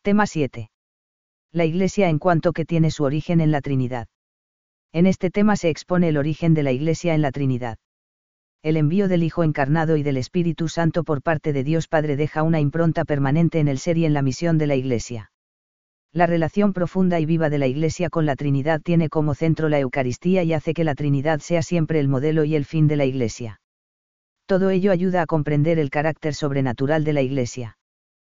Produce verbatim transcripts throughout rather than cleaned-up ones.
Tema siete. La Iglesia en cuanto que tiene su origen en la Trinidad. En este tema se expone el origen de la Iglesia en la Trinidad. El envío del Hijo encarnado y del Espíritu Santo por parte de Dios Padre deja una impronta permanente en el ser y en la misión de la Iglesia. La relación profunda y viva de la Iglesia con la Trinidad tiene como centro la Eucaristía y hace que la Trinidad sea siempre el modelo y el fin de la Iglesia. Todo ello ayuda a comprender el carácter sobrenatural de la Iglesia.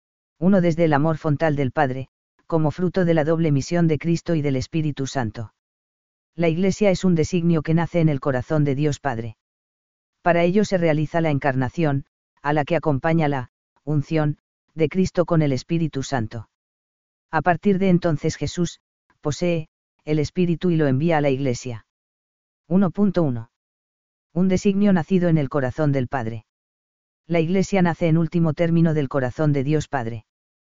uno Desde el amor fontal del Padre, como fruto de la doble misión de Cristo y del Espíritu Santo. La Iglesia es un designio que nace en el corazón de Dios Padre. Para ello se realiza la encarnación, a la que acompaña la unción de Cristo con el Espíritu Santo. A partir de entonces Jesús posee el Espíritu y lo envía a la Iglesia. uno punto uno. Un designio nacido en el corazón del Padre. La Iglesia nace en último término del corazón de Dios Padre.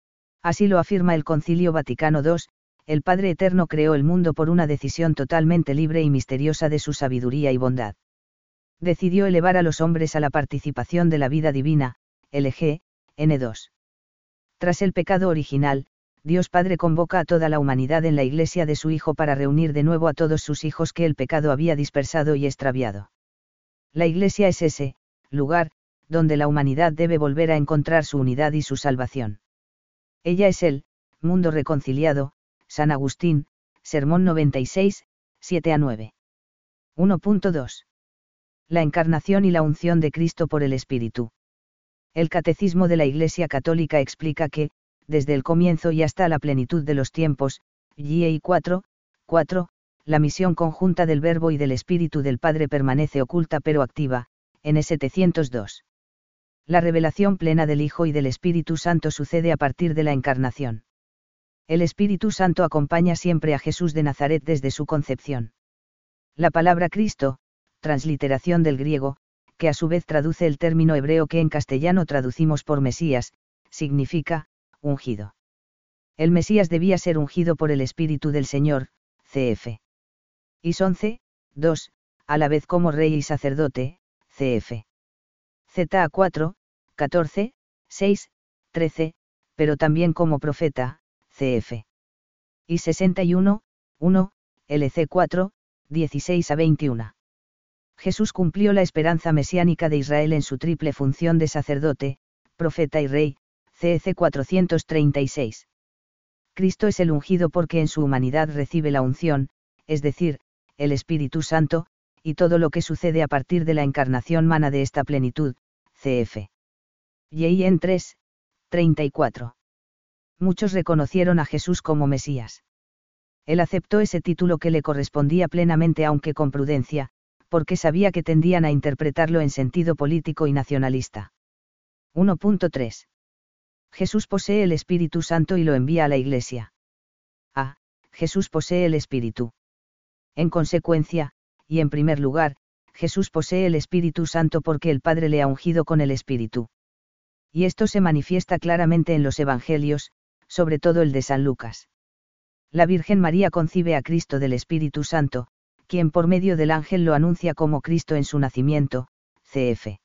Así lo afirma el Concilio Vaticano segundo, el Padre Eterno creó el mundo por una decisión totalmente libre y misteriosa de su sabiduría y bondad. Decidió elevar a los hombres a la participación de la vida divina, L G N dos. Tras el pecado original, Dios Padre convoca a toda la humanidad en la Iglesia de su Hijo para reunir de nuevo a todos sus hijos que el pecado había dispersado y extraviado. La Iglesia es ese lugar, donde la humanidad debe volver a encontrar su unidad y su salvación. Ella es el mundo reconciliado, San Agustín, Sermón noventa y seis, siete a nueve. uno punto dos. La encarnación y la unción de Cristo por el Espíritu. El Catecismo de la Iglesia Católica explica que, desde el comienzo y hasta la plenitud de los tiempos, G I cuatro, cuatro, la misión conjunta del Verbo y del Espíritu del Padre permanece oculta pero activa, N setecientos dos. La revelación plena del Hijo y del Espíritu Santo sucede a partir de la encarnación. El Espíritu Santo acompaña siempre a Jesús de Nazaret desde su concepción. La palabra Cristo, transliteración del griego, que a su vez traduce el término hebreo que en castellano traducimos por Mesías, significa ungido. El Mesías debía ser ungido por el Espíritu del Señor, cf. Is once, dos, a la vez como rey y sacerdote, cf. Z cuatro, catorce, seis, trece, pero también como profeta, cf. Y sesenta y uno, uno, L C cuatro, dieciséis a veintiuno. Jesús cumplió la esperanza mesiánica de Israel en su triple función de sacerdote, profeta y rey, C C cuatrocientos treinta y seis. Cristo es el ungido porque en su humanidad recibe la unción, es decir, el Espíritu Santo, y todo lo que sucede a partir de la encarnación mana de esta plenitud, cf. Y en tres, treinta y cuatro. Muchos reconocieron a Jesús como Mesías. Él aceptó ese título que le correspondía plenamente aunque con prudencia, porque sabía que tendían a interpretarlo en sentido político y nacionalista. uno punto tres. Jesús posee el Espíritu Santo y lo envía a la Iglesia. A. Jesús posee el Espíritu. En consecuencia, y en primer lugar, Jesús posee el Espíritu Santo porque el Padre le ha ungido con el Espíritu. Y esto se manifiesta claramente en los Evangelios, sobre todo el de San Lucas. La Virgen María concibe a Cristo del Espíritu Santo, quien por medio del ángel lo anuncia como Cristo en su nacimiento, cf.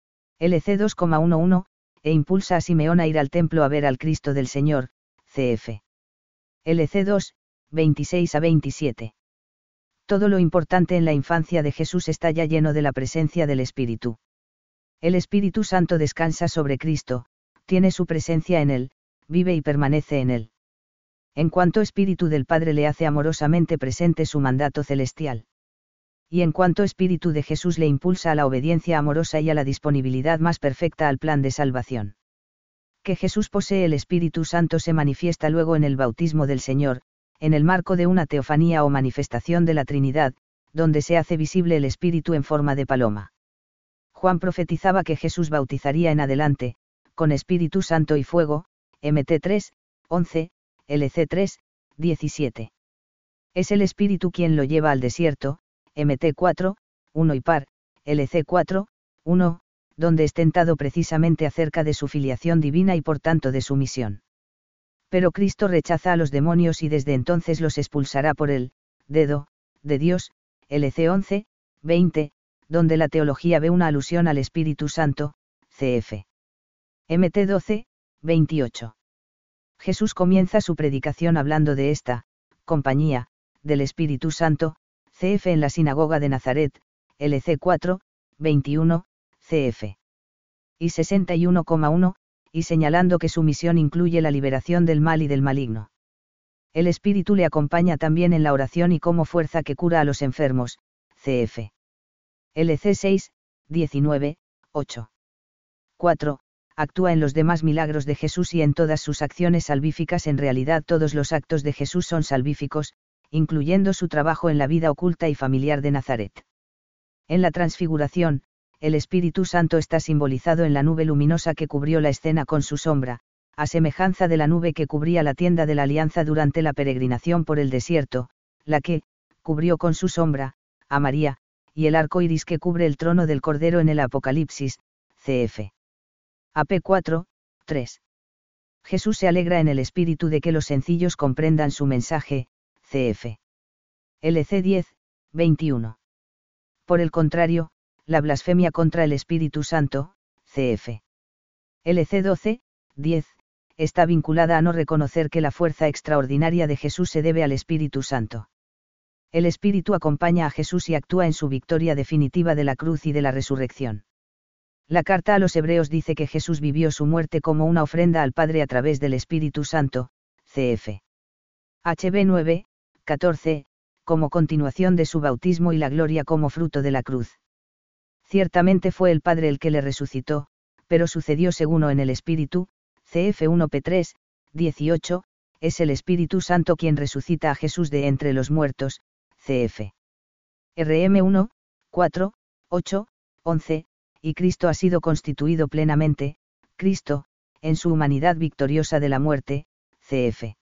L C dos punto once, e impulsa a Simeón a ir al templo a ver al Cristo del Señor, cf. L C dos, veintiséis a veintisiete. Todo lo importante en la infancia de Jesús está ya lleno de la presencia del Espíritu. El Espíritu Santo descansa sobre Cristo, tiene su presencia en él, vive y permanece en él. En cuanto Espíritu del Padre le hace amorosamente presente su mandato celestial. Y en cuanto Espíritu de Jesús le impulsa a la obediencia amorosa y a la disponibilidad más perfecta al plan de salvación. Que Jesús posee el Espíritu Santo se manifiesta luego en el bautismo del Señor, en el marco de una teofanía o manifestación de la Trinidad, donde se hace visible el Espíritu en forma de paloma. Juan profetizaba que Jesús bautizaría en adelante, con Espíritu Santo y fuego, M T tres, once, L C tres, diecisiete. Es el Espíritu quien lo lleva al desierto, M T cuatro, uno y par, L C cuatro, uno, donde es tentado precisamente acerca de su filiación divina y por tanto de su misión. Pero Cristo rechaza a los demonios y desde entonces los expulsará por el dedo de Dios, L C once, veinte, donde la teología ve una alusión al Espíritu Santo, cf. M T doce, veintiocho. Jesús comienza su predicación hablando de esta compañía del Espíritu Santo, C F en la sinagoga de Nazaret, L C cuatro, veintiuno, C F. Y sesenta y uno coma uno, y señalando que su misión incluye la liberación del mal y del maligno. El Espíritu le acompaña también en la oración y como fuerza que cura a los enfermos, C F. L C seis, diecinueve, ocho. cuatro. Actúa en los demás milagros de Jesús y en todas sus acciones salvíficas. En realidad todos los actos de Jesús son salvíficos, incluyendo su trabajo en la vida oculta y familiar de Nazaret. En la transfiguración, el Espíritu Santo está simbolizado en la nube luminosa que cubrió la escena con su sombra, a semejanza de la nube que cubría la tienda de la alianza durante la peregrinación por el desierto, la que, cubrió con su sombra, a María, y el arco iris que cubre el trono del Cordero en el Apocalipsis, C F. A P cuatro, tres. Jesús se alegra en el espíritu de que los sencillos comprendan su mensaje, C F. L C diez, veintiuno. Por el contrario, la blasfemia contra el Espíritu Santo, C F. L C doce, diez, está vinculada a no reconocer que la fuerza extraordinaria de Jesús se debe al Espíritu Santo. El Espíritu acompaña a Jesús y actúa en su victoria definitiva de la cruz y de la resurrección. La carta a los Hebreos dice que Jesús vivió su muerte como una ofrenda al Padre a través del Espíritu Santo, C F. H B nueve, catorce, como continuación de su bautismo y la gloria como fruto de la cruz. Ciertamente fue el Padre el que le resucitó, pero sucedió según en el Espíritu, C F uno P tres, dieciocho, es el Espíritu Santo quien resucita a Jesús de entre los muertos, C F. R M uno, cuatro, ocho, once, y Cristo ha sido constituido plenamente, Cristo, en su humanidad victoriosa de la muerte, C F.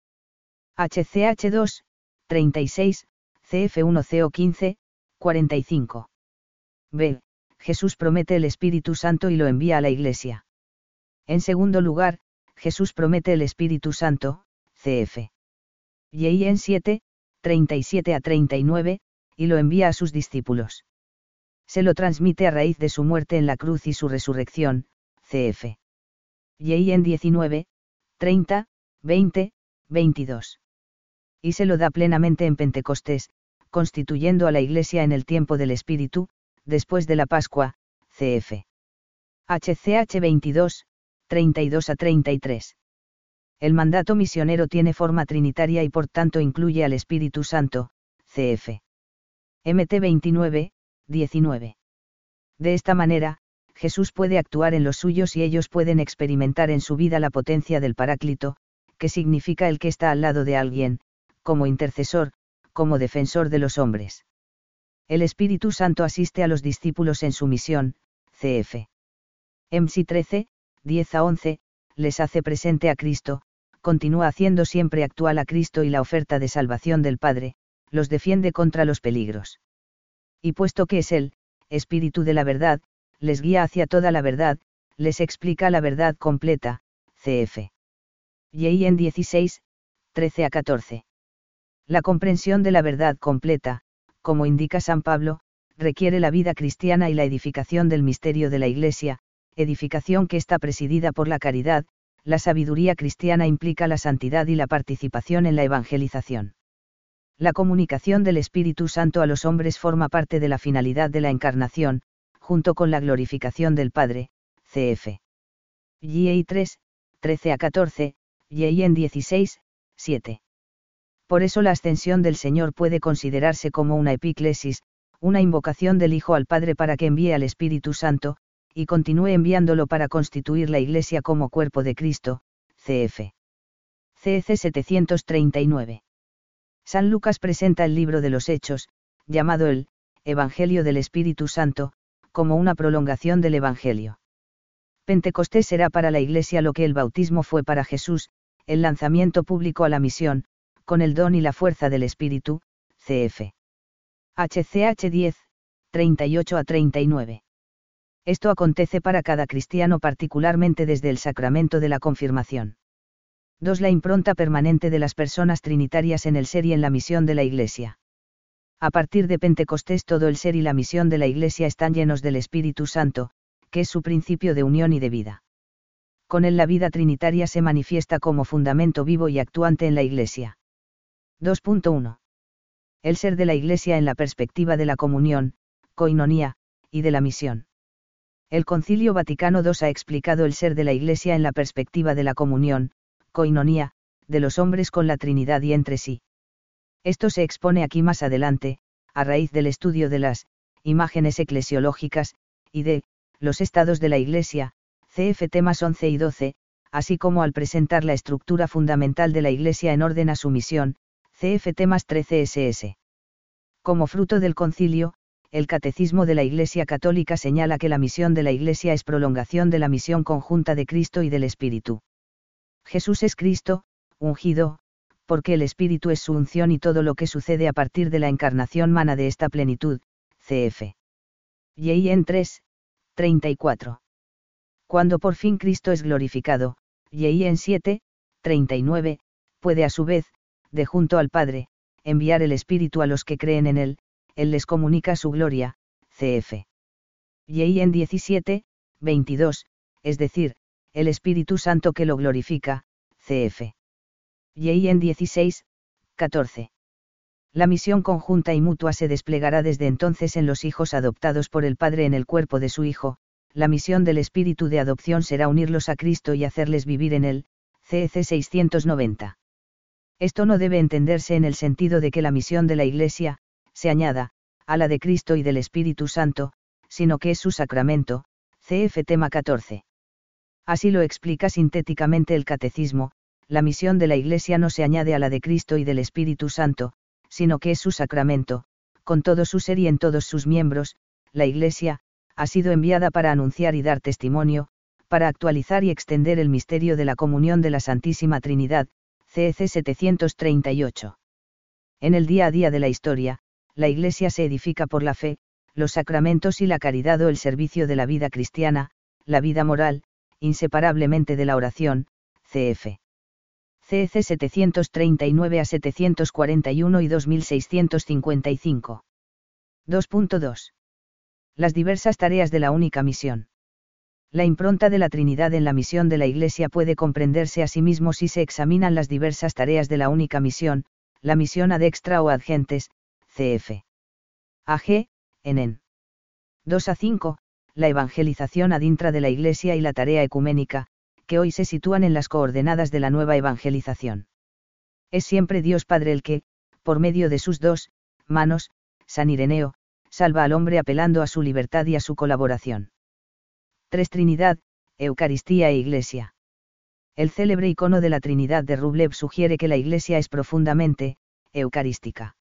H C H dos, treinta y seis, C F uno C O quince, cuarenta y cinco. B. Jesús promete el Espíritu Santo y lo envía a la Iglesia. En segundo lugar, Jesús promete el Espíritu Santo, C F. Y en siete, treinta y siete a treinta y nueve, y lo envía a sus discípulos. Se lo transmite a raíz de su muerte en la cruz y su resurrección, C F. Y en diecinueve, treinta, veinte, veintidós. Y se lo da plenamente en Pentecostés, constituyendo a la Iglesia en el tiempo del Espíritu, después de la Pascua, C F. H C H veintidós, treinta y dos a treinta y tres. El mandato misionero tiene forma trinitaria y por tanto incluye al Espíritu Santo, C F. M T veintinueve, diecinueve. De esta manera, Jesús puede actuar en los suyos y ellos pueden experimentar en su vida la potencia del Paráclito, que significa el que está al lado de alguien, como intercesor, como defensor de los hombres. El Espíritu Santo asiste a los discípulos en su misión, C F. M S I trece, diez a once, les hace presente a Cristo, continúa haciendo siempre actual a Cristo y la oferta de salvación del Padre, los defiende contra los peligros. Y puesto que es el Espíritu de la verdad, les guía hacia toda la verdad, les explica la verdad completa, C F. Y en dieciséis, trece a catorce. La comprensión de la verdad completa, como indica San Pablo, requiere la vida cristiana y la edificación del misterio de la Iglesia, edificación que está presidida por la caridad. La sabiduría cristiana implica la santidad y la participación en la evangelización. La comunicación del Espíritu Santo a los hombres forma parte de la finalidad de la encarnación, junto con la glorificación del Padre, C F. Y tres, trece a catorce, y en dieciséis, siete. Por eso la ascensión del Señor puede considerarse como una epíclesis, una invocación del Hijo al Padre para que envíe al Espíritu Santo, y continúe enviándolo para constituir la Iglesia como cuerpo de Cristo, C F. C E C setecientos treinta y nueve. San Lucas presenta el libro de los Hechos, llamado el Evangelio del Espíritu Santo, como una prolongación del Evangelio. Pentecostés será para la Iglesia lo que el bautismo fue para Jesús, el lanzamiento público a la misión, con el don y la fuerza del Espíritu, C F. H C H diez, treinta y ocho a treinta y nueve. Esto acontece para cada cristiano particularmente desde el sacramento de la confirmación. dos La impronta permanente de las personas trinitarias en el ser y en la misión de la Iglesia. A partir de Pentecostés todo el ser y la misión de la Iglesia están llenos del Espíritu Santo, que es su principio de unión y de vida. Con él la vida trinitaria se manifiesta como fundamento vivo y actuante en la Iglesia. dos punto uno. El ser de la Iglesia en la perspectiva de la comunión, koinonía, y de la misión. El Concilio Vaticano segundo ha explicado el ser de la Iglesia en la perspectiva de la comunión, koinonía, de los hombres con la Trinidad y entre sí. Esto se expone aquí más adelante, a raíz del estudio de las imágenes eclesiológicas, y de los estados de la Iglesia, cf. temas once y doce, así como al presentar la estructura fundamental de la Iglesia en orden a su misión, cf. temas trece ss. Como fruto del concilio, el Catecismo de la Iglesia Católica señala que la misión de la Iglesia es prolongación de la misión conjunta de Cristo y del Espíritu. Jesús es Cristo, ungido, porque el Espíritu es su unción y todo lo que sucede a partir de la encarnación mana de esta plenitud, cf. Y en tres, treinta y cuatro. Cuando por fin Cristo es glorificado, y en siete, treinta y nueve, puede a su vez, de junto al Padre, enviar el Espíritu a los que creen en él, él les comunica su gloria, cf. Y en diecisiete, veintidós, es decir, el Espíritu Santo que lo glorifica, cf. Y en dieciséis, catorce. La misión conjunta y mutua se desplegará desde entonces en los hijos adoptados por el Padre en el cuerpo de su Hijo. La misión del Espíritu de adopción será unirlos a Cristo y hacerles vivir en él, C C seiscientos noventa. Esto no debe entenderse en el sentido de que la misión de la Iglesia se añada a la de Cristo y del Espíritu Santo, sino que es su sacramento, cf. tema catorce. Así lo explica sintéticamente el Catecismo: la misión de la Iglesia no se añade a la de Cristo y del Espíritu Santo, sino que es su sacramento, con todo su ser y en todos sus miembros. La Iglesia ha sido enviada para anunciar y dar testimonio, para actualizar y extender el misterio de la comunión de la Santísima Trinidad, C C setecientos treinta y ocho. En el día a día de la historia, la Iglesia se edifica por la fe, los sacramentos y la caridad o el servicio de la vida cristiana, la vida moral, inseparablemente de la oración, cf. C C setecientos treinta y nueve a setecientos cuarenta y uno y dos mil seiscientos cincuenta y cinco. dos punto dos. Las diversas tareas de la única misión. La impronta de la Trinidad en la misión de la Iglesia puede comprenderse a sí mismo si se examinan las diversas tareas de la única misión, la misión ad extra o ad gentes, cf. A G, en dos a cinco, la evangelización ad intra de la Iglesia y la tarea ecuménica, que hoy se sitúan en las coordenadas de la nueva evangelización. Es siempre Dios Padre el que, por medio de sus dos manos, San Ireneo, salva al hombre apelando a su libertad y a su colaboración. tres Trinidad, Eucaristía e Iglesia. El célebre icono de la Trinidad de Rublev sugiere que la Iglesia es profundamente eucarística.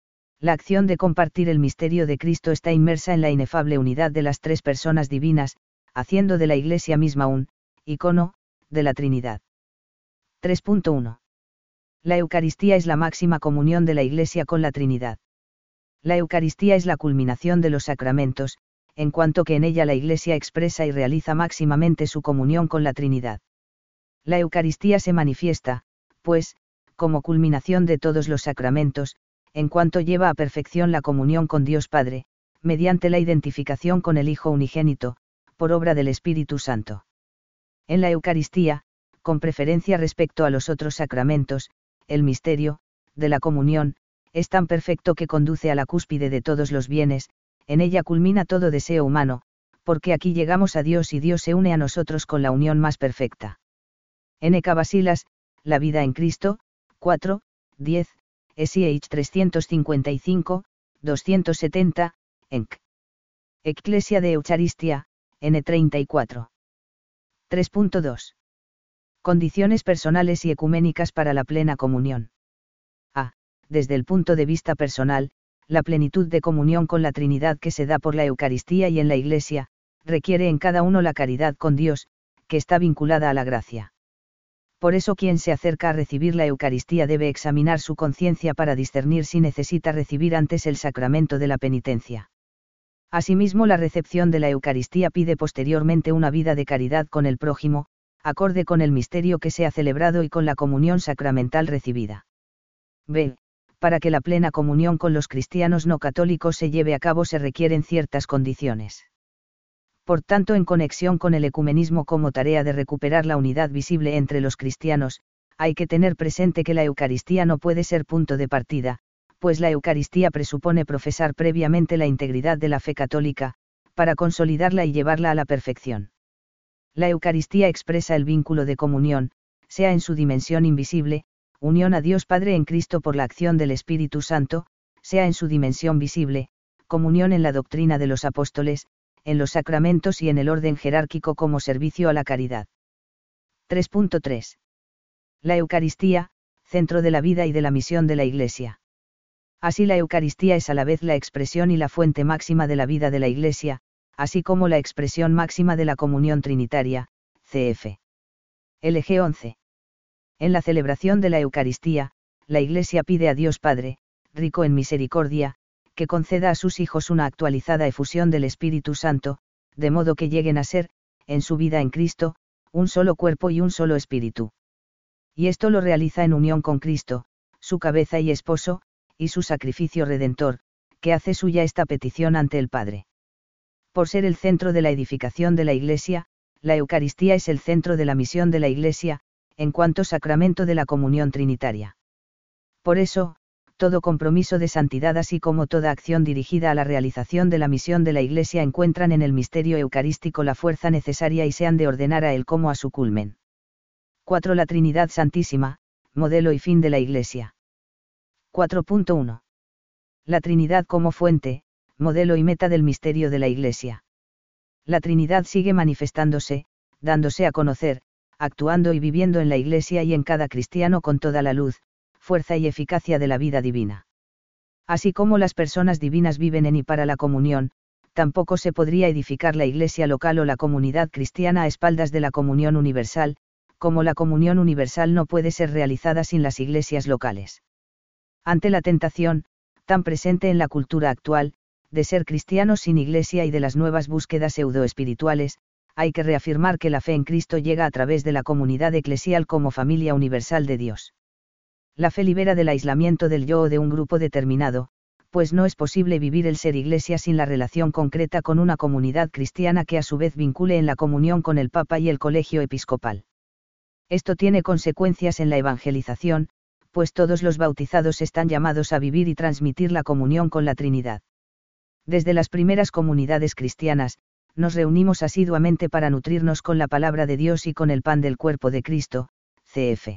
La acción de compartir el misterio de Cristo está inmersa en la inefable unidad de las tres personas divinas, haciendo de la Iglesia misma un icono de la Trinidad. tres punto uno. La Eucaristía es la máxima comunión de la Iglesia con la Trinidad. La Eucaristía es la culminación de los sacramentos, en cuanto que en ella la Iglesia expresa y realiza máximamente su comunión con la Trinidad. La Eucaristía se manifiesta, pues, como culminación de todos los sacramentos, en cuanto lleva a perfección la comunión con Dios Padre, mediante la identificación con el Hijo unigénito, por obra del Espíritu Santo. En la Eucaristía, con preferencia respecto a los otros sacramentos, el misterio, de la comunión, es tan perfecto que conduce a la cúspide de todos los bienes, en ella culmina todo deseo humano, porque aquí llegamos a Dios y Dios se une a nosotros con la unión más perfecta. En Ecabasilas, la vida en Cristo, cuatro, diez, S I H trescientos cincuenta y cinco, doscientos setenta, Enc. Ecclesia de Eucharistia, N treinta y cuatro. tres punto dos. Condiciones personales y ecuménicas para la plena comunión. A. Desde el punto de vista personal, la plenitud de comunión con la Trinidad que se da por la Eucaristía y en la Iglesia, requiere en cada uno la caridad con Dios, que está vinculada a la gracia. Por eso quien se acerca a recibir la Eucaristía debe examinar su conciencia para discernir si necesita recibir antes el sacramento de la penitencia. Asimismo, la recepción de la Eucaristía pide posteriormente una vida de caridad con el prójimo, acorde con el misterio que se ha celebrado y con la comunión sacramental recibida. B. Para que la plena comunión con los cristianos no católicos se lleve a cabo se requieren ciertas condiciones. Por tanto, en conexión con el ecumenismo como tarea de recuperar la unidad visible entre los cristianos, hay que tener presente que la Eucaristía no puede ser punto de partida, pues la Eucaristía presupone profesar previamente la integridad de la fe católica, para consolidarla y llevarla a la perfección. La Eucaristía expresa el vínculo de comunión, sea en su dimensión invisible, unión a Dios Padre en Cristo por la acción del Espíritu Santo, sea en su dimensión visible, comunión en la doctrina de los apóstoles, en los sacramentos y en el orden jerárquico como servicio a la caridad. tres punto tres. La Eucaristía, centro de la vida y de la misión de la Iglesia. Así la Eucaristía es a la vez la expresión y la fuente máxima de la vida de la Iglesia, así como la expresión máxima de la comunión trinitaria, cf. L G once. En la celebración de la Eucaristía, la Iglesia pide a Dios Padre, rico en misericordia, que conceda a sus hijos una actualizada efusión del Espíritu Santo, de modo que lleguen a ser, en su vida en Cristo, un solo cuerpo y un solo espíritu. Y esto lo realiza en unión con Cristo, su cabeza y esposo, y su sacrificio redentor, que hace suya esta petición ante el Padre. Por ser el centro de la edificación de la Iglesia, la Eucaristía es el centro de la misión de la Iglesia, en cuanto sacramento de la comunión trinitaria. Por eso, todo compromiso de santidad así como toda acción dirigida a la realización de la misión de la Iglesia encuentran en el misterio eucarístico la fuerza necesaria y se han de ordenar a él como a su culmen. cuatro. La Trinidad Santísima, modelo y fin de la Iglesia. cuatro punto uno. La Trinidad como fuente, modelo y meta del misterio de la Iglesia. La Trinidad sigue manifestándose, dándose a conocer, actuando y viviendo en la Iglesia y en cada cristiano con toda la luz, fuerza y eficacia de la vida divina. Así como las personas divinas viven en y para la comunión, tampoco se podría edificar la Iglesia local o la comunidad cristiana a espaldas de la comunión universal, como la comunión universal no puede ser realizada sin las iglesias locales. Ante la tentación, tan presente en la cultura actual, de ser cristianos sin iglesia y de las nuevas búsquedas pseudoespirituales, hay que reafirmar que la fe en Cristo llega a través de la comunidad eclesial como familia universal de Dios. La fe libera del aislamiento del yo o de un grupo determinado, pues no es posible vivir el ser iglesia sin la relación concreta con una comunidad cristiana que a su vez vincule en la comunión con el Papa y el colegio episcopal. Esto tiene consecuencias en la evangelización, pues todos los bautizados están llamados a vivir y transmitir la comunión con la Trinidad. Desde las primeras comunidades cristianas, nos reunimos asiduamente para nutrirnos con la palabra de Dios y con el pan del cuerpo de Cristo, cf.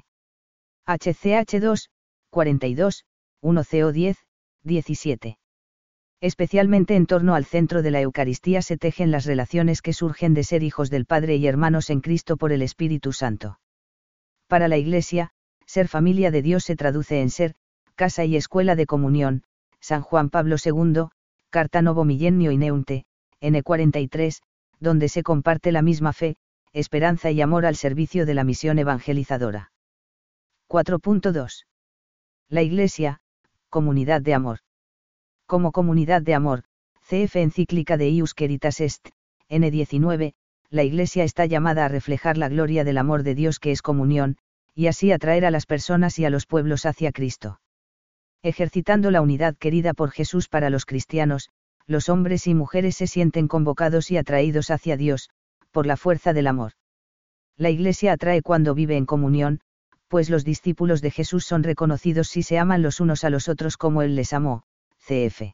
H C H dos, cuarenta y dos, uno C O diez, diecisiete. Especialmente en torno al centro de la Eucaristía se tejen las relaciones que surgen de ser hijos del Padre y hermanos en Cristo por el Espíritu Santo. Para la Iglesia, ser familia de Dios se traduce en ser, casa y escuela de comunión, San Juan Pablo segundo, Carta Novo Millennio y Neunte, N cuarenta y tres, donde se comparte la misma fe, esperanza y amor al servicio de la misión evangelizadora. cuatro punto dos. La Iglesia, comunidad de amor. Como comunidad de amor, cf. Encíclica de Ius Caritas Est, N diecinueve, la Iglesia está llamada a reflejar la gloria del amor de Dios que es comunión, y así atraer a las personas y a los pueblos hacia Cristo. Ejercitando la unidad querida por Jesús para los cristianos, los hombres y mujeres se sienten convocados y atraídos hacia Dios, por la fuerza del amor. La Iglesia atrae cuando vive en comunión, pues los discípulos de Jesús son reconocidos si se aman los unos a los otros como Él les amó, cf.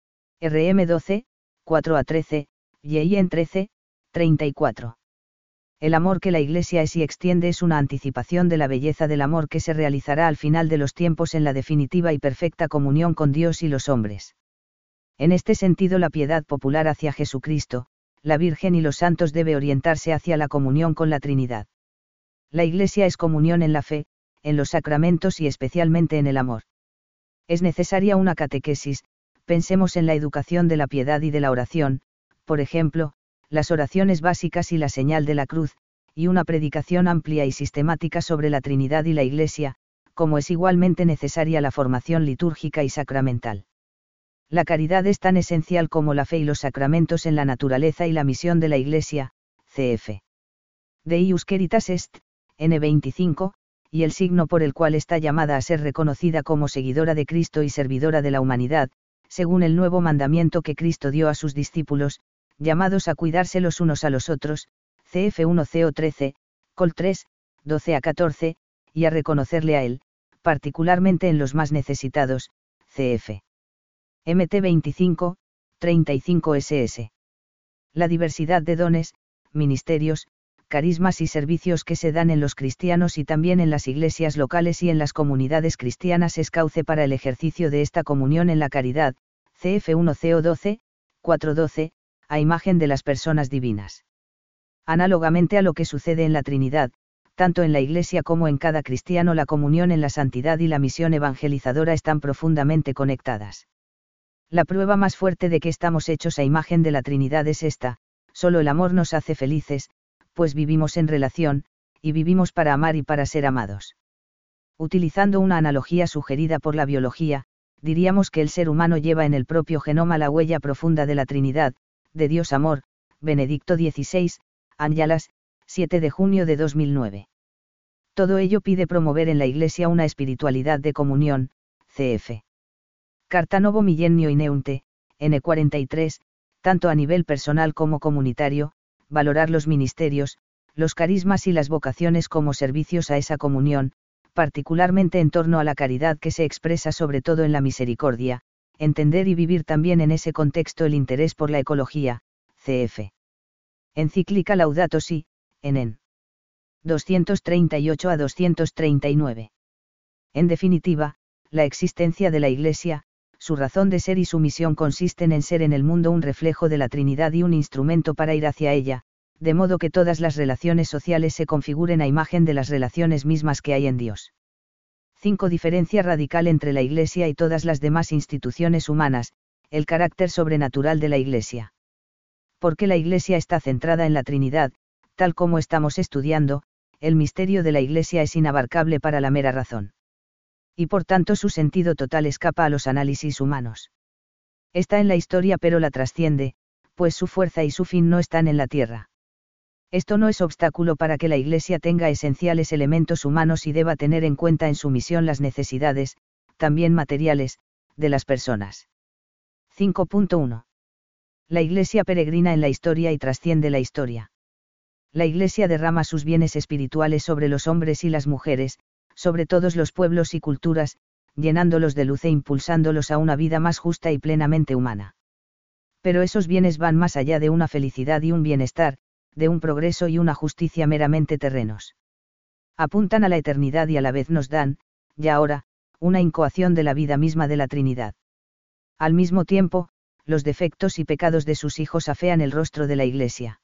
R M doce, cuatro a trece, y I en trece, treinta y cuatro. El amor que la Iglesia es y extiende es una anticipación de la belleza del amor que se realizará al final de los tiempos en la definitiva y perfecta comunión con Dios y los hombres. En este sentido, la piedad popular hacia Jesucristo, la Virgen y los santos debe orientarse hacia la comunión con la Trinidad. La Iglesia es comunión en la fe, en los sacramentos y especialmente en el amor. Es necesaria una catequesis, pensemos en la educación de la piedad y de la oración, por ejemplo, las oraciones básicas y la señal de la cruz, y una predicación amplia y sistemática sobre la Trinidad y la Iglesia, como es igualmente necesaria la formación litúrgica y sacramental. La caridad es tan esencial como la fe y los sacramentos en la naturaleza y la misión de la Iglesia, cf. De Ius Caritas Est, N veinticinco, y el signo por el cual está llamada a ser reconocida como seguidora de Cristo y servidora de la humanidad, según el nuevo mandamiento que Cristo dio a sus discípulos, llamados a cuidarse los unos a los otros, C F uno C O trece, Col tres, doce a catorce, y a reconocerle a él, particularmente en los más necesitados, C F M T veinticinco, treinta y cinco S S. La diversidad de dones, ministerios, carismas y servicios que se dan en los cristianos y también en las iglesias locales y en las comunidades cristianas es cauce para el ejercicio de esta comunión en la caridad, C F uno C O doce, cuatro doce, a imagen de las personas divinas. Análogamente a lo que sucede en la Trinidad, tanto en la Iglesia como en cada cristiano la comunión en la santidad y la misión evangelizadora están profundamente conectadas. La prueba más fuerte de que estamos hechos a imagen de la Trinidad es esta: solo el amor nos hace felices, pues vivimos en relación, y vivimos para amar y para ser amados. Utilizando una analogía sugerida por la biología, diríamos que el ser humano lleva en el propio genoma la huella profunda de la Trinidad, de Dios amor, Benedicto dieciséis, Ángelas, siete de junio de dos mil nueve. Todo ello pide promover en la Iglesia una espiritualidad de comunión, C F. Carta Novo Millennio Ineunte, N cuarenta y tres, tanto a nivel personal como comunitario, valorar los ministerios, los carismas y las vocaciones como servicios a esa comunión, particularmente en torno a la caridad que se expresa sobre todo en la misericordia, entender y vivir también en ese contexto el interés por la ecología, C F. Encíclica Laudato Si, en en. doscientos treinta y ocho a doscientos treinta y nueve. En definitiva, la existencia de la Iglesia, su razón de ser y su misión consisten en ser en el mundo un reflejo de la Trinidad y un instrumento para ir hacia ella, de modo que todas las relaciones sociales se configuren a imagen de las relaciones mismas que hay en Dios. cinco Diferencia radical entre la Iglesia y todas las demás instituciones humanas, el carácter sobrenatural de la Iglesia. Porque la Iglesia está centrada en la Trinidad, tal como estamos estudiando, el misterio de la Iglesia es inabarcable para la mera razón. Y por tanto su sentido total escapa a los análisis humanos. Está en la historia pero la trasciende, pues su fuerza y su fin no están en la tierra. Esto no es obstáculo para que la Iglesia tenga esenciales elementos humanos y deba tener en cuenta en su misión las necesidades, también materiales, de las personas. cinco punto uno. La Iglesia peregrina en la historia y trasciende la historia. La Iglesia derrama sus bienes espirituales sobre los hombres y las mujeres, sobre todos los pueblos y culturas, llenándolos de luz e impulsándolos a una vida más justa y plenamente humana. Pero esos bienes van más allá de una felicidad y un bienestar, de un progreso y una justicia meramente terrenos. Apuntan a la eternidad y a la vez nos dan, ya ahora, una incoación de la vida misma de la Trinidad. Al mismo tiempo, los defectos y pecados de sus hijos afean el rostro de la Iglesia.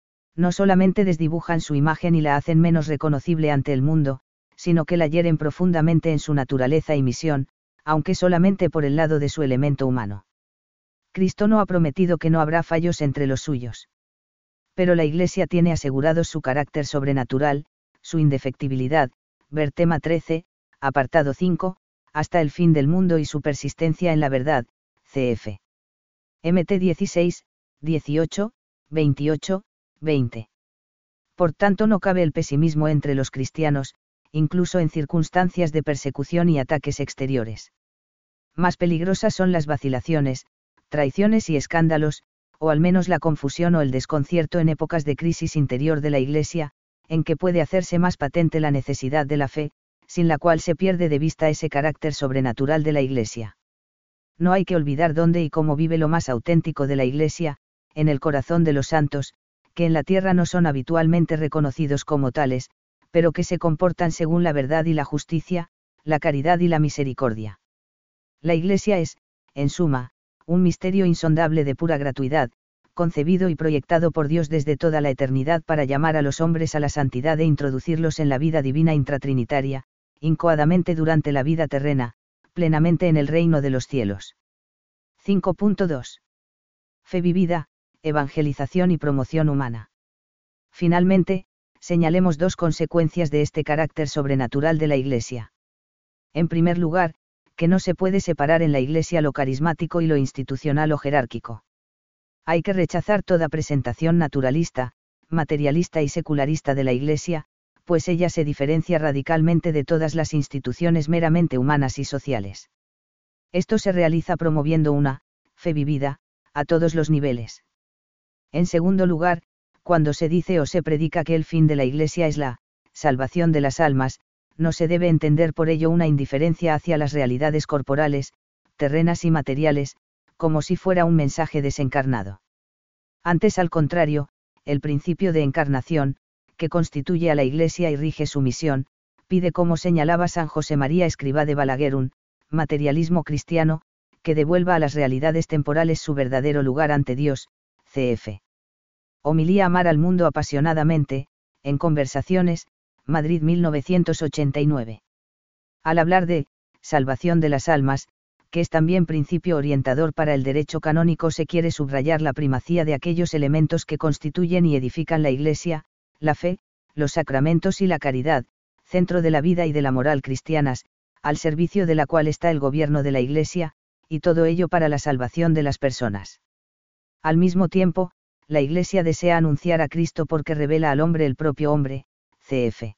No solamente desdibujan su imagen y la hacen menos reconocible ante el mundo, sino que la hieren profundamente en su naturaleza y misión, aunque solamente por el lado de su elemento humano. Cristo no ha prometido que no habrá fallos entre los suyos. Pero la Iglesia tiene asegurado su carácter sobrenatural, su indefectibilidad, ver tema trece, apartado cinco, hasta el fin del mundo y su persistencia en la verdad, C F. M T dieciséis, dieciocho, veintiocho, veinte. Por tanto no cabe el pesimismo entre los cristianos, incluso en circunstancias de persecución y ataques exteriores. Más peligrosas son las vacilaciones, traiciones y escándalos, o al menos la confusión o el desconcierto en épocas de crisis interior de la Iglesia, en que puede hacerse más patente la necesidad de la fe, sin la cual se pierde de vista ese carácter sobrenatural de la Iglesia. No hay que olvidar dónde y cómo vive lo más auténtico de la Iglesia, en el corazón de los santos, que en la tierra no son habitualmente reconocidos como tales, pero que se comportan según la verdad y la justicia, la caridad y la misericordia. La Iglesia es, en suma, un misterio insondable de pura gratuidad, concebido y proyectado por Dios desde toda la eternidad para llamar a los hombres a la santidad e introducirlos en la vida divina intratrinitaria, incoadamente durante la vida terrena, plenamente en el reino de los cielos. cinco punto dos. Fe vivida, evangelización y promoción humana. Finalmente, señalemos dos consecuencias de este carácter sobrenatural de la Iglesia. En primer lugar, que no se puede separar en la Iglesia lo carismático y lo institucional o jerárquico. Hay que rechazar toda presentación naturalista, materialista y secularista de la Iglesia, pues ella se diferencia radicalmente de todas las instituciones meramente humanas y sociales. Esto se realiza promoviendo una fe vivida, a todos los niveles. En segundo lugar, cuando se dice o se predica que el fin de la Iglesia es la salvación de las almas, no se debe entender por ello una indiferencia hacia las realidades corporales, terrenas y materiales, como si fuera un mensaje desencarnado. Antes, al contrario, el principio de encarnación, que constituye a la Iglesia y rige su misión, pide, como señalaba San José María Escrivá de Balaguer, un materialismo cristiano, que devuelva a las realidades temporales su verdadero lugar ante Dios, cf. Homilía Amar al mundo apasionadamente, en Conversaciones, Madrid mil novecientos ochenta y nueve. Al hablar de salvación de las almas, que es también principio orientador para el derecho canónico, se quiere subrayar la primacía de aquellos elementos que constituyen y edifican la Iglesia, la fe, los sacramentos y la caridad, centro de la vida y de la moral cristianas, al servicio de la cual está el gobierno de la Iglesia, y todo ello para la salvación de las personas. Al mismo tiempo, la Iglesia desea anunciar a Cristo porque revela al hombre el propio hombre, cf.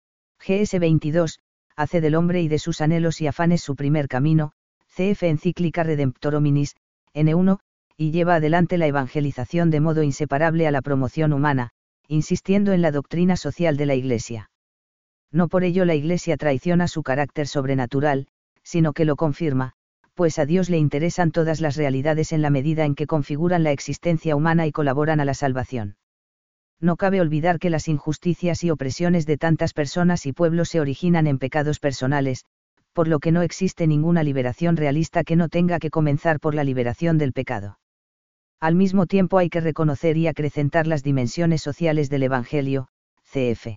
G S veintidós, hace del hombre y de sus anhelos y afanes su primer camino, cf. Encíclica Redemptor Hominis, ene uno, y lleva adelante la evangelización de modo inseparable a la promoción humana, insistiendo en la doctrina social de la Iglesia. No por ello la Iglesia traiciona su carácter sobrenatural, sino que lo confirma, pues a Dios le interesan todas las realidades en la medida en que configuran la existencia humana y colaboran a la salvación. No cabe olvidar que las injusticias y opresiones de tantas personas y pueblos se originan en pecados personales, por lo que no existe ninguna liberación realista que no tenga que comenzar por la liberación del pecado. Al mismo tiempo hay que reconocer y acrecentar las dimensiones sociales del Evangelio, cf.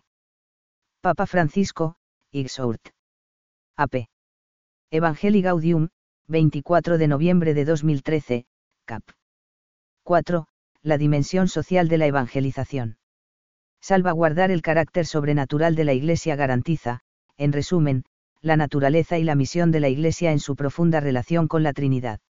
Papa Francisco, Ixourt. A P. Evangelii Gaudium, veinticuatro de noviembre de dos mil trece, cap. cuatro. La dimensión social de la evangelización. Salvaguardar el carácter sobrenatural de la Iglesia garantiza, en resumen, la naturaleza y la misión de la Iglesia en su profunda relación con la Trinidad.